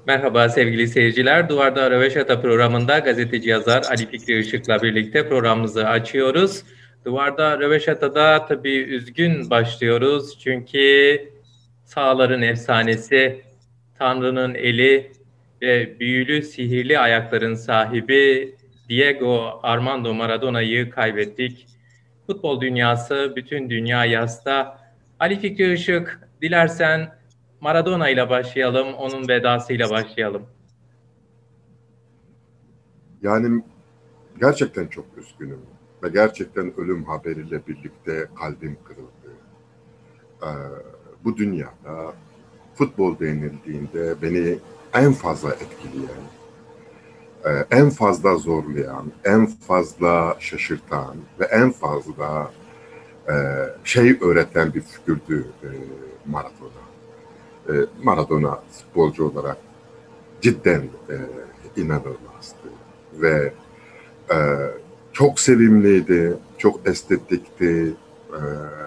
Merhaba sevgili seyirciler. Duvarda Röveşata programında gazeteci yazar Ali Fikri Işık'la birlikte programımızı açıyoruz. Duvarda Röveşata'da tabii üzgün başlıyoruz. Çünkü sağların efsanesi, Tanrı'nın eli ve büyülü sihirli ayakların sahibi Diego Armando Maradona'yı kaybettik. Futbol dünyası, bütün dünya yasta. Ali Fikri Işık, dilersen Maradona ile başlayalım, onun vedasıyla başlayalım. Yani gerçekten çok üzgünüm ve gerçekten ölüm haberiyle birlikte kalbim kırıldı. Ee, Bu dünyada futbol denildiğinde beni en fazla etkileyen, en fazla zorlayan, en fazla şaşırtan ve en fazla şey öğreten bir figürdü Maradona. Maradona futbolcu olarak cidden inanılmazdı ve e, çok sevimliydi, çok estetikti. E,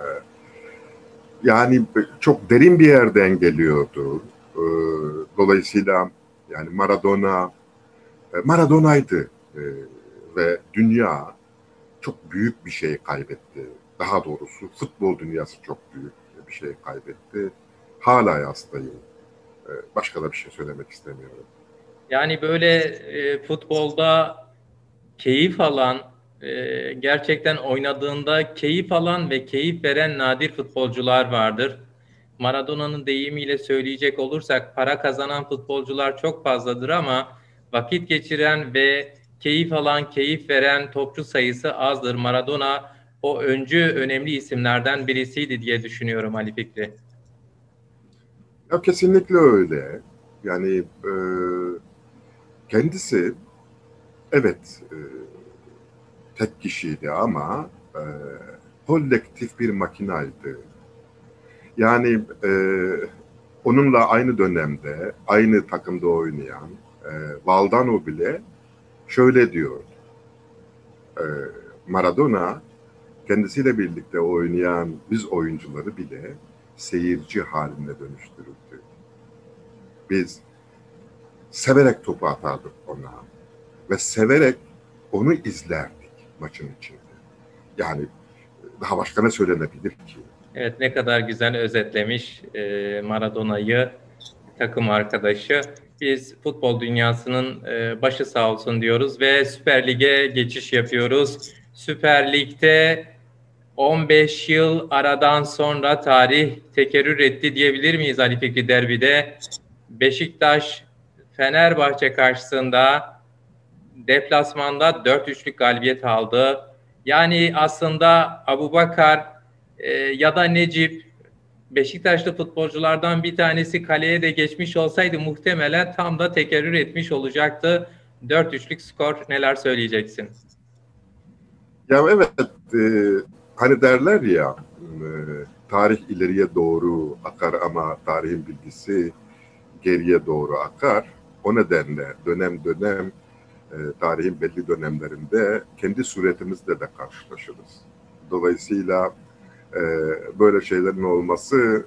Yani çok derin bir yerden geliyordu. E, Dolayısıyla yani Maradona'ydı. Ve dünya çok büyük bir şey kaybetti. Daha doğrusu futbol dünyası çok büyük bir şey kaybetti. Hala yastayım. Başka da bir şey söylemek istemiyorum. Yani böyle futbolda keyif alan, gerçekten oynadığında keyif alan ve keyif veren nadir futbolcular vardır. Maradona'nın deyimiyle söyleyecek olursak para kazanan futbolcular çok fazladır ama vakit geçiren ve keyif alan, keyif veren topçu sayısı azdır. Maradona o öncü önemli isimlerden birisiydi diye düşünüyorum Ali Fikri. Ya kesinlikle öyle. Yani kendisi evet tek kişiydi ama kolektif bir makinaydı. Yani onunla aynı dönemde, aynı takımda oynayan Valdano bile şöyle diyor. E, Maradona kendisiyle birlikte oynayan biz oyuncuları bile seyirci haline dönüştürüldü. Biz severek topu atardık ona ve severek onu izlerdik maçın içinde. Yani daha başka ne söylenebilir ki? Evet, ne kadar güzel özetlemiş Maradona'yı takım arkadaşı. Biz futbol dünyasının başı sağ olsun diyoruz ve Süper Lig'e geçiş yapıyoruz. Süper Lig'de 15 yıl aradan sonra tarih tekerrür etti diyebilir miyiz Ali Fikri derbide? Beşiktaş Fenerbahçe karşısında deplasmanda 4-3'lük galibiyet aldı. Yani aslında Abubakar ya da Necip Beşiktaşlı futbolculardan bir tanesi kaleye de geçmiş olsaydı muhtemelen tam da tekerrür etmiş olacaktı. 4-3'lük skor, neler söyleyeceksin? Ya evet, e, hani derler ya tarih ileriye doğru akar ama tarihin bilgisi geriye doğru akar. O nedenle dönem dönem tarihin belli dönemlerinde kendi suretimizle de karşılaşırız. Dolayısıyla e, böyle şeylerin olması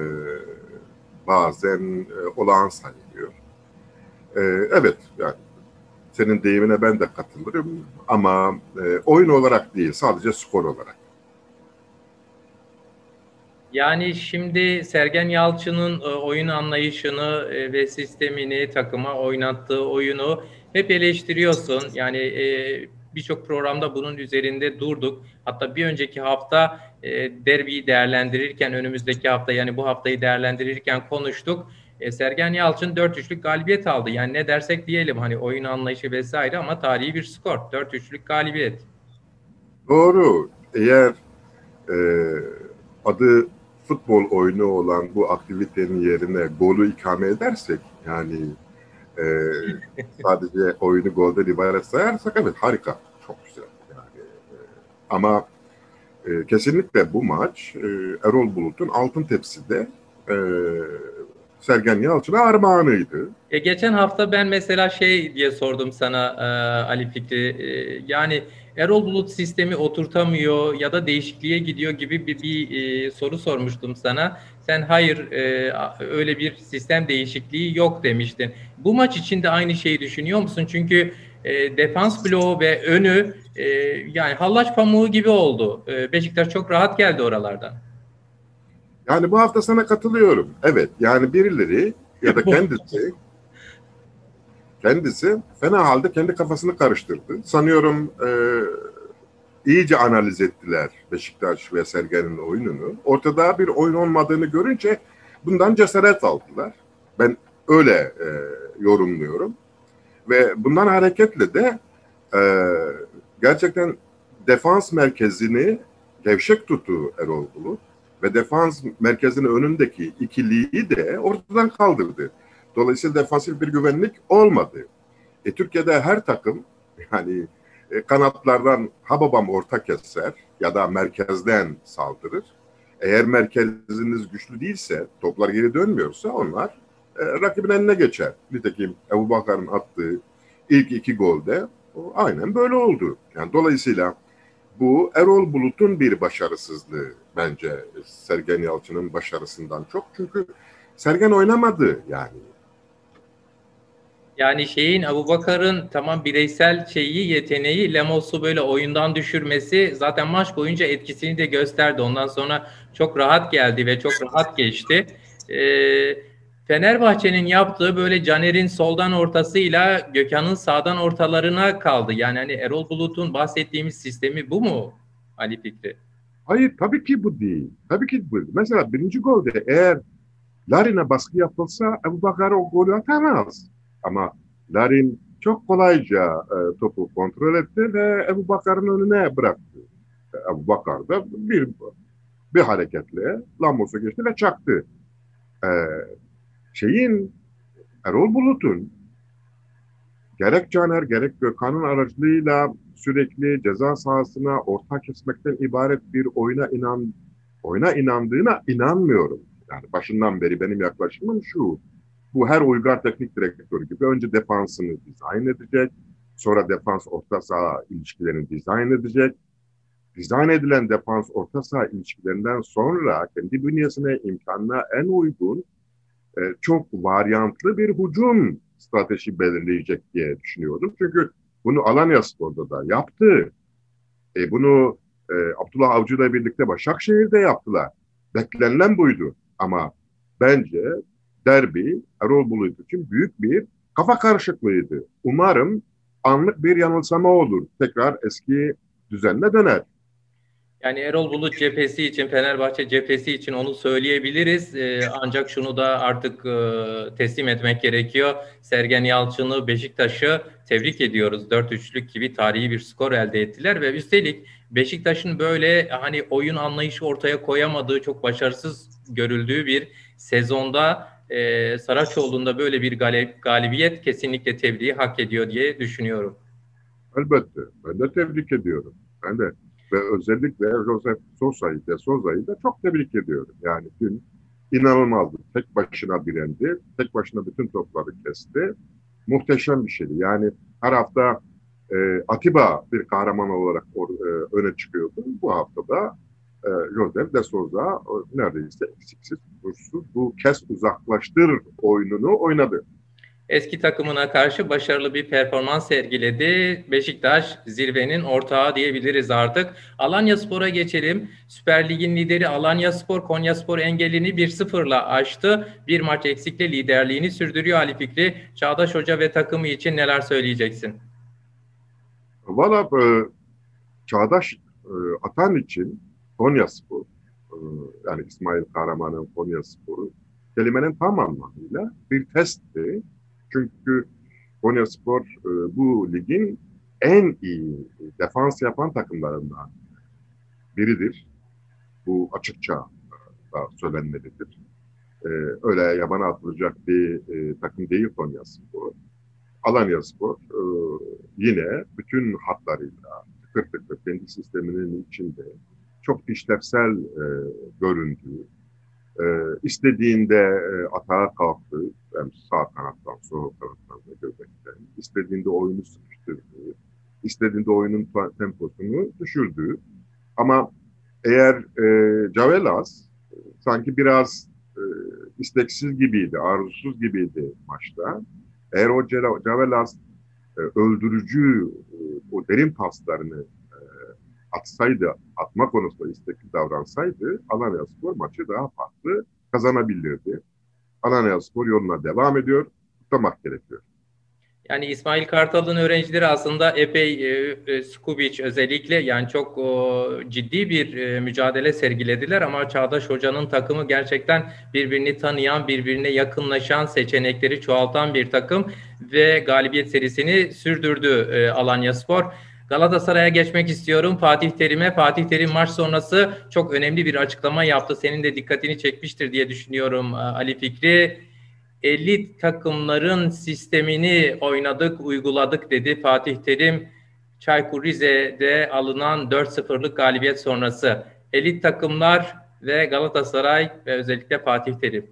bazen olağan sayılıyor. Evet, yani senin deyimine ben de katılırım ama oyun olarak değil, sadece skor olarak. Yani şimdi Sergen Yalçın'ın oyun anlayışını ve sistemini, takıma oynattığı oyunu hep eleştiriyorsun. Yani birçok programda bunun üzerinde durduk. Hatta bir önceki hafta derbiyi değerlendirirken, önümüzdeki hafta yani bu haftayı değerlendirirken konuştuk. Sergen Yalçın 4-3'lük galibiyet aldı. Yani ne dersek diyelim, hani oyun anlayışı vesaire, ama tarihi bir skor. 4-3'lük galibiyet. Doğru. Eğer e, adı futbol oyunu olan bu aktivitenin yerine golü ikame edersek, yani e, sadece oyunu golden ibaret sayarsak, evet, harika, çok güzel. Yani, ama kesinlikle bu maç Erol Bulut'un Altın Tepsi'de e, Sergen Yalçın'a armağanıydı. Geçen hafta ben mesela şey diye sordum sana Ali Fikri. Yani Erol Bulut sistemi oturtamıyor ya da değişikliğe gidiyor gibi bir soru sormuştum sana. Sen hayır öyle bir sistem değişikliği yok demiştin. Bu maç için de aynı şeyi düşünüyor musun? Çünkü defans bloğu ve önü yani hallaç pamuğu gibi oldu. Beşiktaş çok rahat geldi oralardan. Yani bu hafta sana katılıyorum. Evet, yani birileri ya da Bu kendisi fena halde kendi kafasını karıştırdı. Sanıyorum iyice analiz ettiler Beşiktaş ve Sergen'in oyununu. Ortada bir oyun olmadığını görünce bundan cesaret aldılar. Ben öyle yorumluyorum. Ve bundan hareketle de e, gerçekten defans merkezini gevşek tuttu Erol Bulut ve defans merkezinin önündeki ikiliyi de ortadan kaldırdı. Dolayısıyla defansif bir güvenlik olmadı. Türkiye'de her takım yani kanatlardan hababam orta keser ya da merkezden saldırır. Eğer merkeziniz güçlü değilse, toplar geri dönmüyorsa onlar rakibin eline geçer. Nitekim Abubakar'ın attığı ilk 2 golde aynen böyle oldu. Yani dolayısıyla bu Erol Bulut'un bir başarısızlığı bence Sergen Yalçın'ın başarısından çok. Çünkü Sergen oynamadı yani. yani şeyin Abubakar'ın tamam bireysel şeyi yeteneği Lemos'u böyle oyundan düşürmesi zaten maç boyunca etkisini de gösterdi. Ondan sonra çok rahat geldi ve çok rahat geçti. Fenerbahçe'nin yaptığı böyle Caner'in soldan ortasıyla Gökhan'ın sağdan ortalarına kaldı. Yani hani Erol Bulut'un bahsettiğimiz sistemi bu mu Ali Fikri? Hayır tabii ki bu değil. Tabii ki bu. Mesela birinci golde eğer Larin'e baskı yapılsa Abubakar o golü atamaz. Ama Larin çok kolayca topu kontrol etti ve Abubakar'ın önüne bıraktı. Abubakar da bir hareketle Lamos'u geçti ve çaktı. E, şeyin Erol Bulut'un gerek Caner gerek Gökhan'ın aracılığıyla sürekli ceza sahasına orta kesmekten ibaret bir oyuna inandığına inanmıyorum. Yani başından beri benim yaklaşımım şu. Bu her uygar teknik direktörü gibi önce defansını dizayn edecek, sonra defans orta saha ilişkilerini dizayn edecek. Dizayn edilen defans orta saha ilişkilerinden sonra kendi bünyesine imkanına en uygun çok varyantlı bir hücum strateji belirleyecek diye düşünüyordum. Çünkü bunu Alanyaspor'da da yaptı. Bunu Abdullah Avcı ile birlikte Başakşehir'de yaptılar. Beklenilen buydu. Ama bence derbi Erol Bulut için büyük bir kafa karışıklığıydı. Umarım anlık bir yanılsama olur. Tekrar eski düzenine döner. Yani Erol Bulut cephesi için, Fenerbahçe cephesi için onu söyleyebiliriz. Ancak şunu da artık teslim etmek gerekiyor. Sergen Yalçın'ı, Beşiktaş'ı tebrik ediyoruz. 4-3'lük gibi tarihi bir skor elde ettiler ve üstelik Beşiktaş'ın böyle hani oyun anlayışı ortaya koyamadığı, çok başarısız görüldüğü bir sezonda Saraçoğlu'nda böyle bir galibiyet kesinlikle tebriği hak ediyor diye düşünüyorum. Elbette. Ben de tebrik ediyorum. Ben de. Ve özellikle Josep Sousa'yı da çok tebrik ediyorum. Yani dün inanılmazdı. Tek başına direndi. Tek başına bütün topları kesti. Muhteşem bir şeydi. Yani her hafta Atiba bir kahraman olarak öne çıkıyordu. Bu hafta da Josep de Souza neredeyse eksiksiz, kusursuz bu kez uzaklaştır oyununu oynadı. Eski takımına karşı başarılı bir performans sergiledi. Beşiktaş zirvenin ortağı diyebiliriz artık. Alanyaspor'a geçelim. Süper Lig'in lideri Alanyaspor, Konyaspor engelini 1-0'la aştı. Bir maç eksikle liderliğini sürdürüyor Ali Fikri. Çağdaş Hoca ve takımı için neler söyleyeceksin? Valla Çağdaş Atan için Konyaspor, e, yani İsmail Kahraman'ın Konyaspor'u kelimenin tam anlamıyla bir testti. Çünkü Konyaspor bu ligin en iyi defans yapan takımlarından biridir. Bu açıkça da söylenmelidir. Öyle yabana atılacak bir takım değil Konyaspor. Alanyaspor yine bütün hatlarıyla tıkır tıkır kendi sisteminin içinde çok işlevsel göründü. İstediğinde atağa kalktı. Hem sağ kanattan, sol kanattan da göbekten. İstediğinde oyunu sıkıştırdı. İstediğinde oyunun temposunu düşürdü. Ama eğer Cavelas sanki biraz isteksiz gibiydi, arzusuz gibiydi maçta. Eğer o Cavelas öldürücü o derin paslarını atsaydı, atma konusunda istekli davransaydı Alanyaspor maçı daha farklı kazanabilirdi. Alanyaspor yoluna devam ediyor, kutlamak gerekiyor. Yani İsmail Kartal'ın öğrencileri aslında epey Skubic özellikle yani çok ciddi bir mücadele sergilediler ama Çağdaş Hoca'nın takımı gerçekten birbirini tanıyan, birbirine yakınlaşan, seçenekleri çoğaltan bir takım ve galibiyet serisini sürdürdü Alanyaspor. Galatasaray'a geçmek istiyorum. Fatih Terim'e. Fatih Terim maç sonrası çok önemli bir açıklama yaptı. Senin de dikkatini çekmiştir diye düşünüyorum Ali Fikri. 50 takımların sistemini oynadık, uyguladık dedi Fatih Terim. Çaykur Rize'de alınan 4-0'lık galibiyet sonrası. Elit takımlar ve Galatasaray ve özellikle Fatih Terim.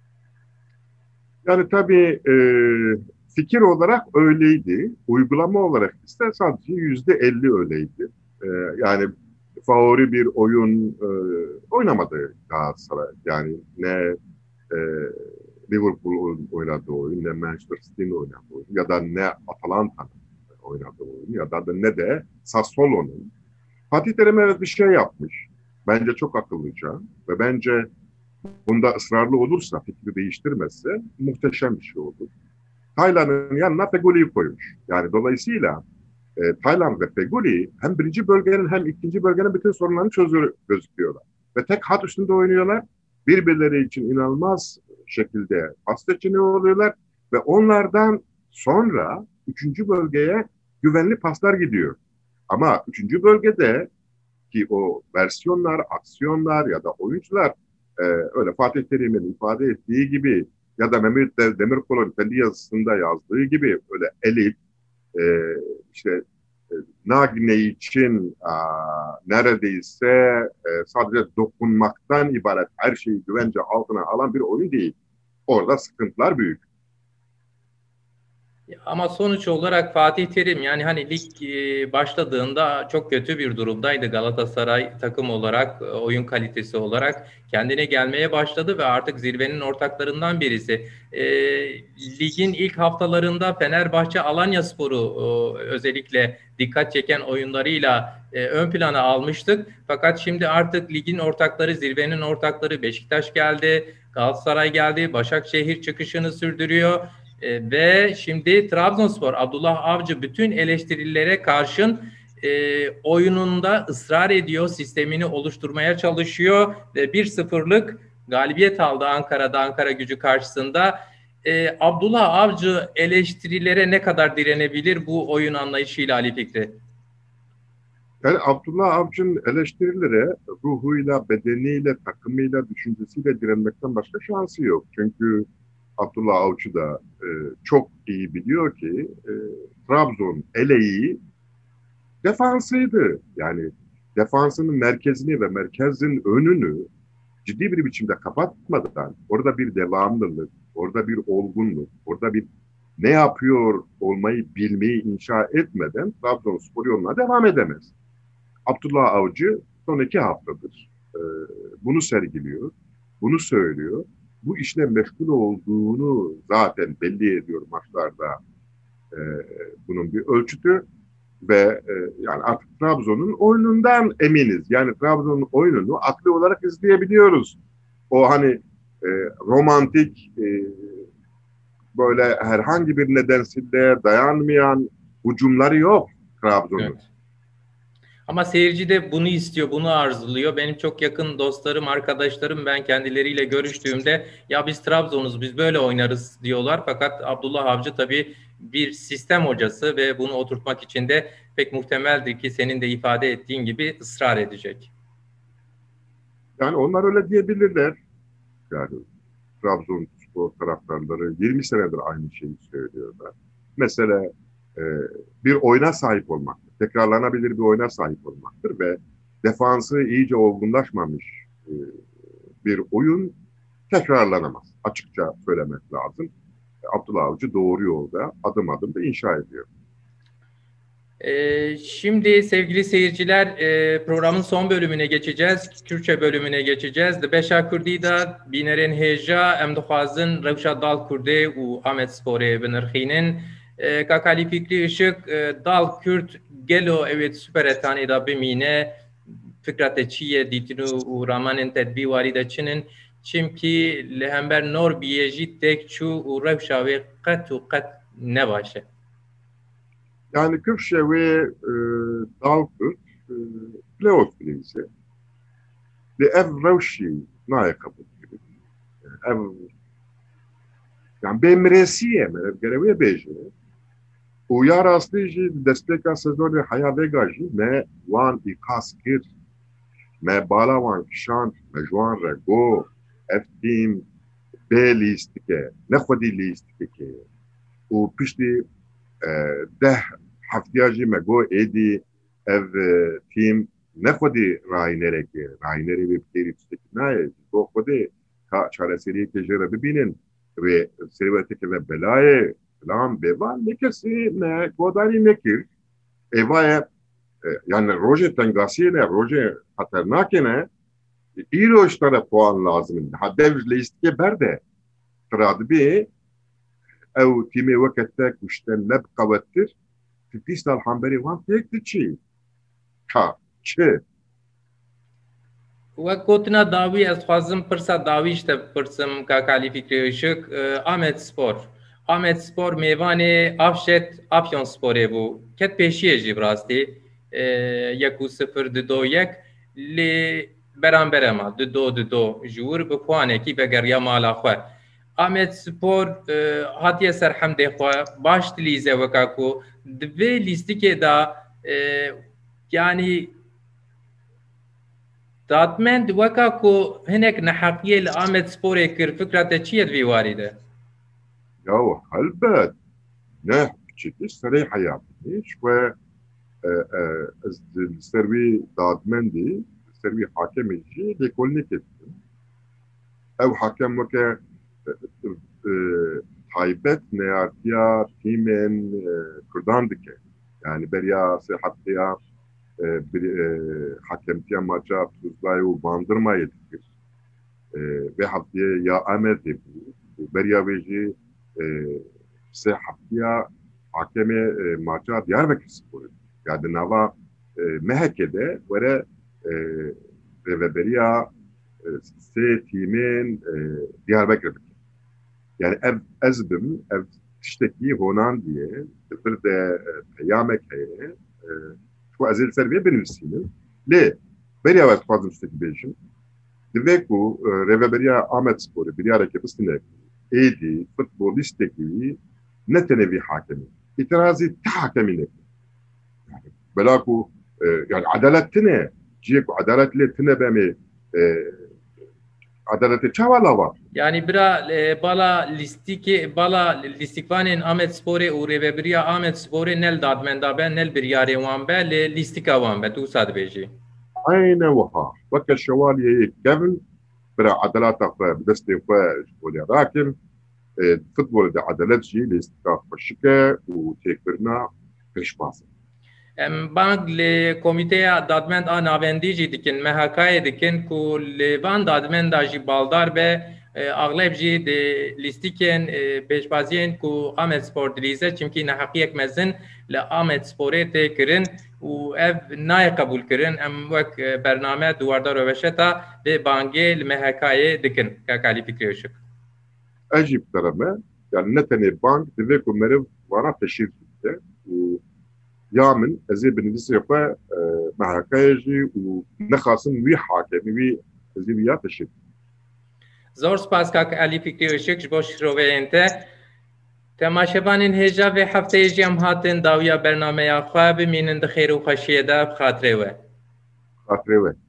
Yani tabii fikir olarak öyleydi. Uygulama olarak ise sadece %50 öyleydi. Yani favori bir oyun oynamadı Galatasaray. Yani ne e, Liverpool oynadığı oyun, ne Manchester City'nin oynadığı oyun ya da ne Atalanta'nın oynadığı oyun ya da ne de Sassuolo'nun. Fatih Terim evet bir şey yapmış. Bence çok akıllıca ve bence bunda ısrarlı olursa, fikri değiştirmezse muhteşem bir şey olur. Tayland'ın yanına Fegoli'yi koymuş. Yani dolayısıyla Tayland ve Fegoli hem birinci bölgenin hem ikinci bölgenin bütün sorunlarını çözüyor gözüküyorlar. Ve tek hat üstünde oynuyorlar. Birbirleri için inanılmaz şekilde pas seçeneği oluyorlar. Ve onlardan sonra üçüncü bölgeye güvenli paslar gidiyor. Ama üçüncü bölgede ki o versiyonlar, aksiyonlar ya da oyuncular öyle Fatih Terim'in ifade ettiği gibi ya da Mehmet Demirkol'un kendi yazısında yazdığı gibi öyle elit e, işte Nagne için neredeyse sadece dokunmaktan ibaret her şeyi güvence altına alan bir oyun değil. Orada sıkıntılar büyük. Ama sonuç olarak Fatih Terim yani hani lig başladığında çok kötü bir durumdaydı Galatasaray takım olarak, oyun kalitesi olarak kendine gelmeye başladı ve artık zirvenin ortaklarından birisi. Ligin ilk haftalarında Fenerbahçe Alanyaspor'u özellikle dikkat çeken oyunlarıyla ön plana almıştık. Fakat şimdi artık ligin ortakları, zirvenin ortakları Beşiktaş geldi, Galatasaray geldi, Başakşehir çıkışını sürdürüyor. Ve şimdi Trabzonspor, Abdullah Avcı bütün eleştirilere karşın oyununda ısrar ediyor, sistemini oluşturmaya çalışıyor ve 1-0'lık galibiyet aldı Ankara'da, Ankara Gücü karşısında. Abdullah Avcı eleştirilere ne kadar direnebilir bu oyun anlayışıyla Ali Fikri? Yani Abdullah Avcı'nın eleştirilere ruhuyla, bedeniyle, takımıyla, düşüncesiyle direnmekten başka şansı yok. Çünkü Abdullah Avcı da çok iyi biliyor ki Trabzon eleği defansıydı. Yani defansının merkezini ve merkezin önünü ciddi bir biçimde kapatmadan orada bir devamlılık, orada bir olgunluk, orada bir ne yapıyor olmayı bilmeyi inşa etmeden Trabzonspor yoluna devam edemez. Abdullah Avcı son 2 haftadır bunu sergiliyor, bunu söylüyor. Bu işle meşgul olduğunu zaten belli ediyor maçlarda e, bunun bir ölçütü ve yani artık Trabzon'un oyunundan eminiz. Yani Trabzon'un oyununu aklı olarak izleyebiliyoruz. O hani romantik böyle herhangi bir nedensizliğe dayanmayan hücumları yok Trabzon'un. Evet. Ama seyirci de bunu istiyor, bunu arzuluyor. Benim çok yakın dostlarım, arkadaşlarım ben kendileriyle görüştüğümde ya biz Trabzon'uz, biz böyle oynarız diyorlar. Fakat Abdullah Avcı tabii bir sistem hocası ve bunu oturtmak için de pek muhtemeldir ki senin de ifade ettiğin gibi ısrar edecek. Yani onlar öyle diyebilirler. Yani Trabzonspor taraftarları 20 senedir aynı şeyi söylüyorlar. Mesela e, bir oyuna sahip olmaktır. Tekrarlanabilir bir oyuna sahip olmaktır ve defansı iyice olgunlaşmamış bir oyun tekrarlanamaz. Açıkça söylemek lazım. Abdullah Avcı doğru yolda adım adım da inşa ediyor. Şimdi sevgili seyirciler programın son bölümüne geçeceğiz. Kürtçe bölümüne geçeceğiz. Di beşa Kurdî da bînerên hêja em dixwazin rewşa dal Kurdê û Amedsporê binirxînin. Kakalî Fikrî Işık dal Kürt gelo ew ê süperetanê da bimîne. Fikra te çi ye dîtin û ramanên tedbî warî de çin in. Çimkî li hember nor biyêjî tek çû û rewşa wê qet û qet ne baş e. Yani Kürtçe ve dal Kürt playoff bilgisi. Ve ev rewşî nayê kabul kirin. Ev yani bêmiresiye me ev gerewê bêje. û ya rastî jî destpêka sezonê heya vêga jî me wan îqas kir. Me bala wan kişand, me ji wan re got ev tîm bê lîstike, ne xwedî lîstikeke û piştî deh heftiya jî me got êdî ev tîm ne xwedî rayînereke, rayînerê wê bi têrî tiştekî nayê, bo xwedê ka çareseriyekê jê re bibînin wê serweteke ve belayê filan bêvan nekesî me godarî nekir. Êvaye yani rojê tengasiyê ne, rojê xeternakê ne, îro ji te re puan lazim in. Ha dev ji lîstikê berde tira dibê ew tîmê weke te ku ji te nebiqewettir, tu pîsta hemberî wan têk diçî. Ka çi? Wek gotina dawî ez dixwazim pirsa dawî ji te bipirsim Kakalî Fikrî Işık. Amedspor. Amedspor mêvanê Avşet Afyonsporê bû. Ket pêşiyê jî bi rastî 1-0 2-1 lê beramber ma 2-2 ji wir bi puanekî vegeriya mala xwe. Amedspor hatiye ser hemdê xwe baş dilîze weka ku di vê lîstikê da yani Datmend weka ku hinek neheqiyê li Amedsporê kir fikra te çi ye di vî warî de? Ya helbet ne çekiş serê heyatî ve ez ser wî dadmendî ser wî hakemê jî lêkolînê ketdim. Ew hakem weke taybet neyartiya tîmên Kurdan dike. Yani beriya sê heftaya hakemtiya maça Tuzla'yı û Bandırma'yı dikir. Ve haftaya ya Amedê bû. Beriya wê jî sê heftaya hakemê maça Diyarbekirsporê. Ya di nava Mehekê de were rêveberiya sê tîmên Diyarbekirê dike. Yani ev ez bim, ev tiştekî honan diye bir de peyamek heye ku ez ê ser vê binivîsînim. Lê beriya wê dixwazim tiştekî bêjim. Divê ku rêveberiya Amedsporê biryareke bistîne êdî futbolîstekî wî ne tenê vî hakemî. İtirazî ti hakemî nekir. Yani bela ku yani adalet tine, ciyê ku adalet lê tine bemê adaleti çawa lava. Yani bira bala lîstikvanên Amedsporê û rêveberiya Amedsporê nel dadmenda be nel biryarê wan be lê lîstika wan be tu sa dibêjî. Aynen wiha. Weke şevaliyeyê kevin bira adelata xwe bi destê xwe ji bolê rakin. Futbolê de adelet jî lîstika xweşike û têkbirina pêşbaz. Em bang li komîteya dadmend a navendî jî dikin, MHK'yê dikin ku li van dadmenda jî baldar be agleb jî di lîstikên pêşbaziyên ku Amedspor dilîze çimkî neheqiyek mezin li Amedsporê tê kirin û ev nayê qebûl kirin. Em wek bername duwardar rweşeta vê bangê li MHK'yê dikin Kakalî Fikrî Işık. Ez jî bi tera me yani ne tenê bank divê ku meriv wana teşhîr bike û ya min ez ê bi nivîsê xwe MHK'yê jî û nexwasin wî hakemî wî ez ê ya teşhîr. Zor spas Kakalî Fikrî Işık ji bo şîroveyên te. Temaşevanên hêja vê hefteyê jî em hatin dawiya bernameya xwe bimînin di xêr û xweşiyê de bi xatirê we. Xatirê we.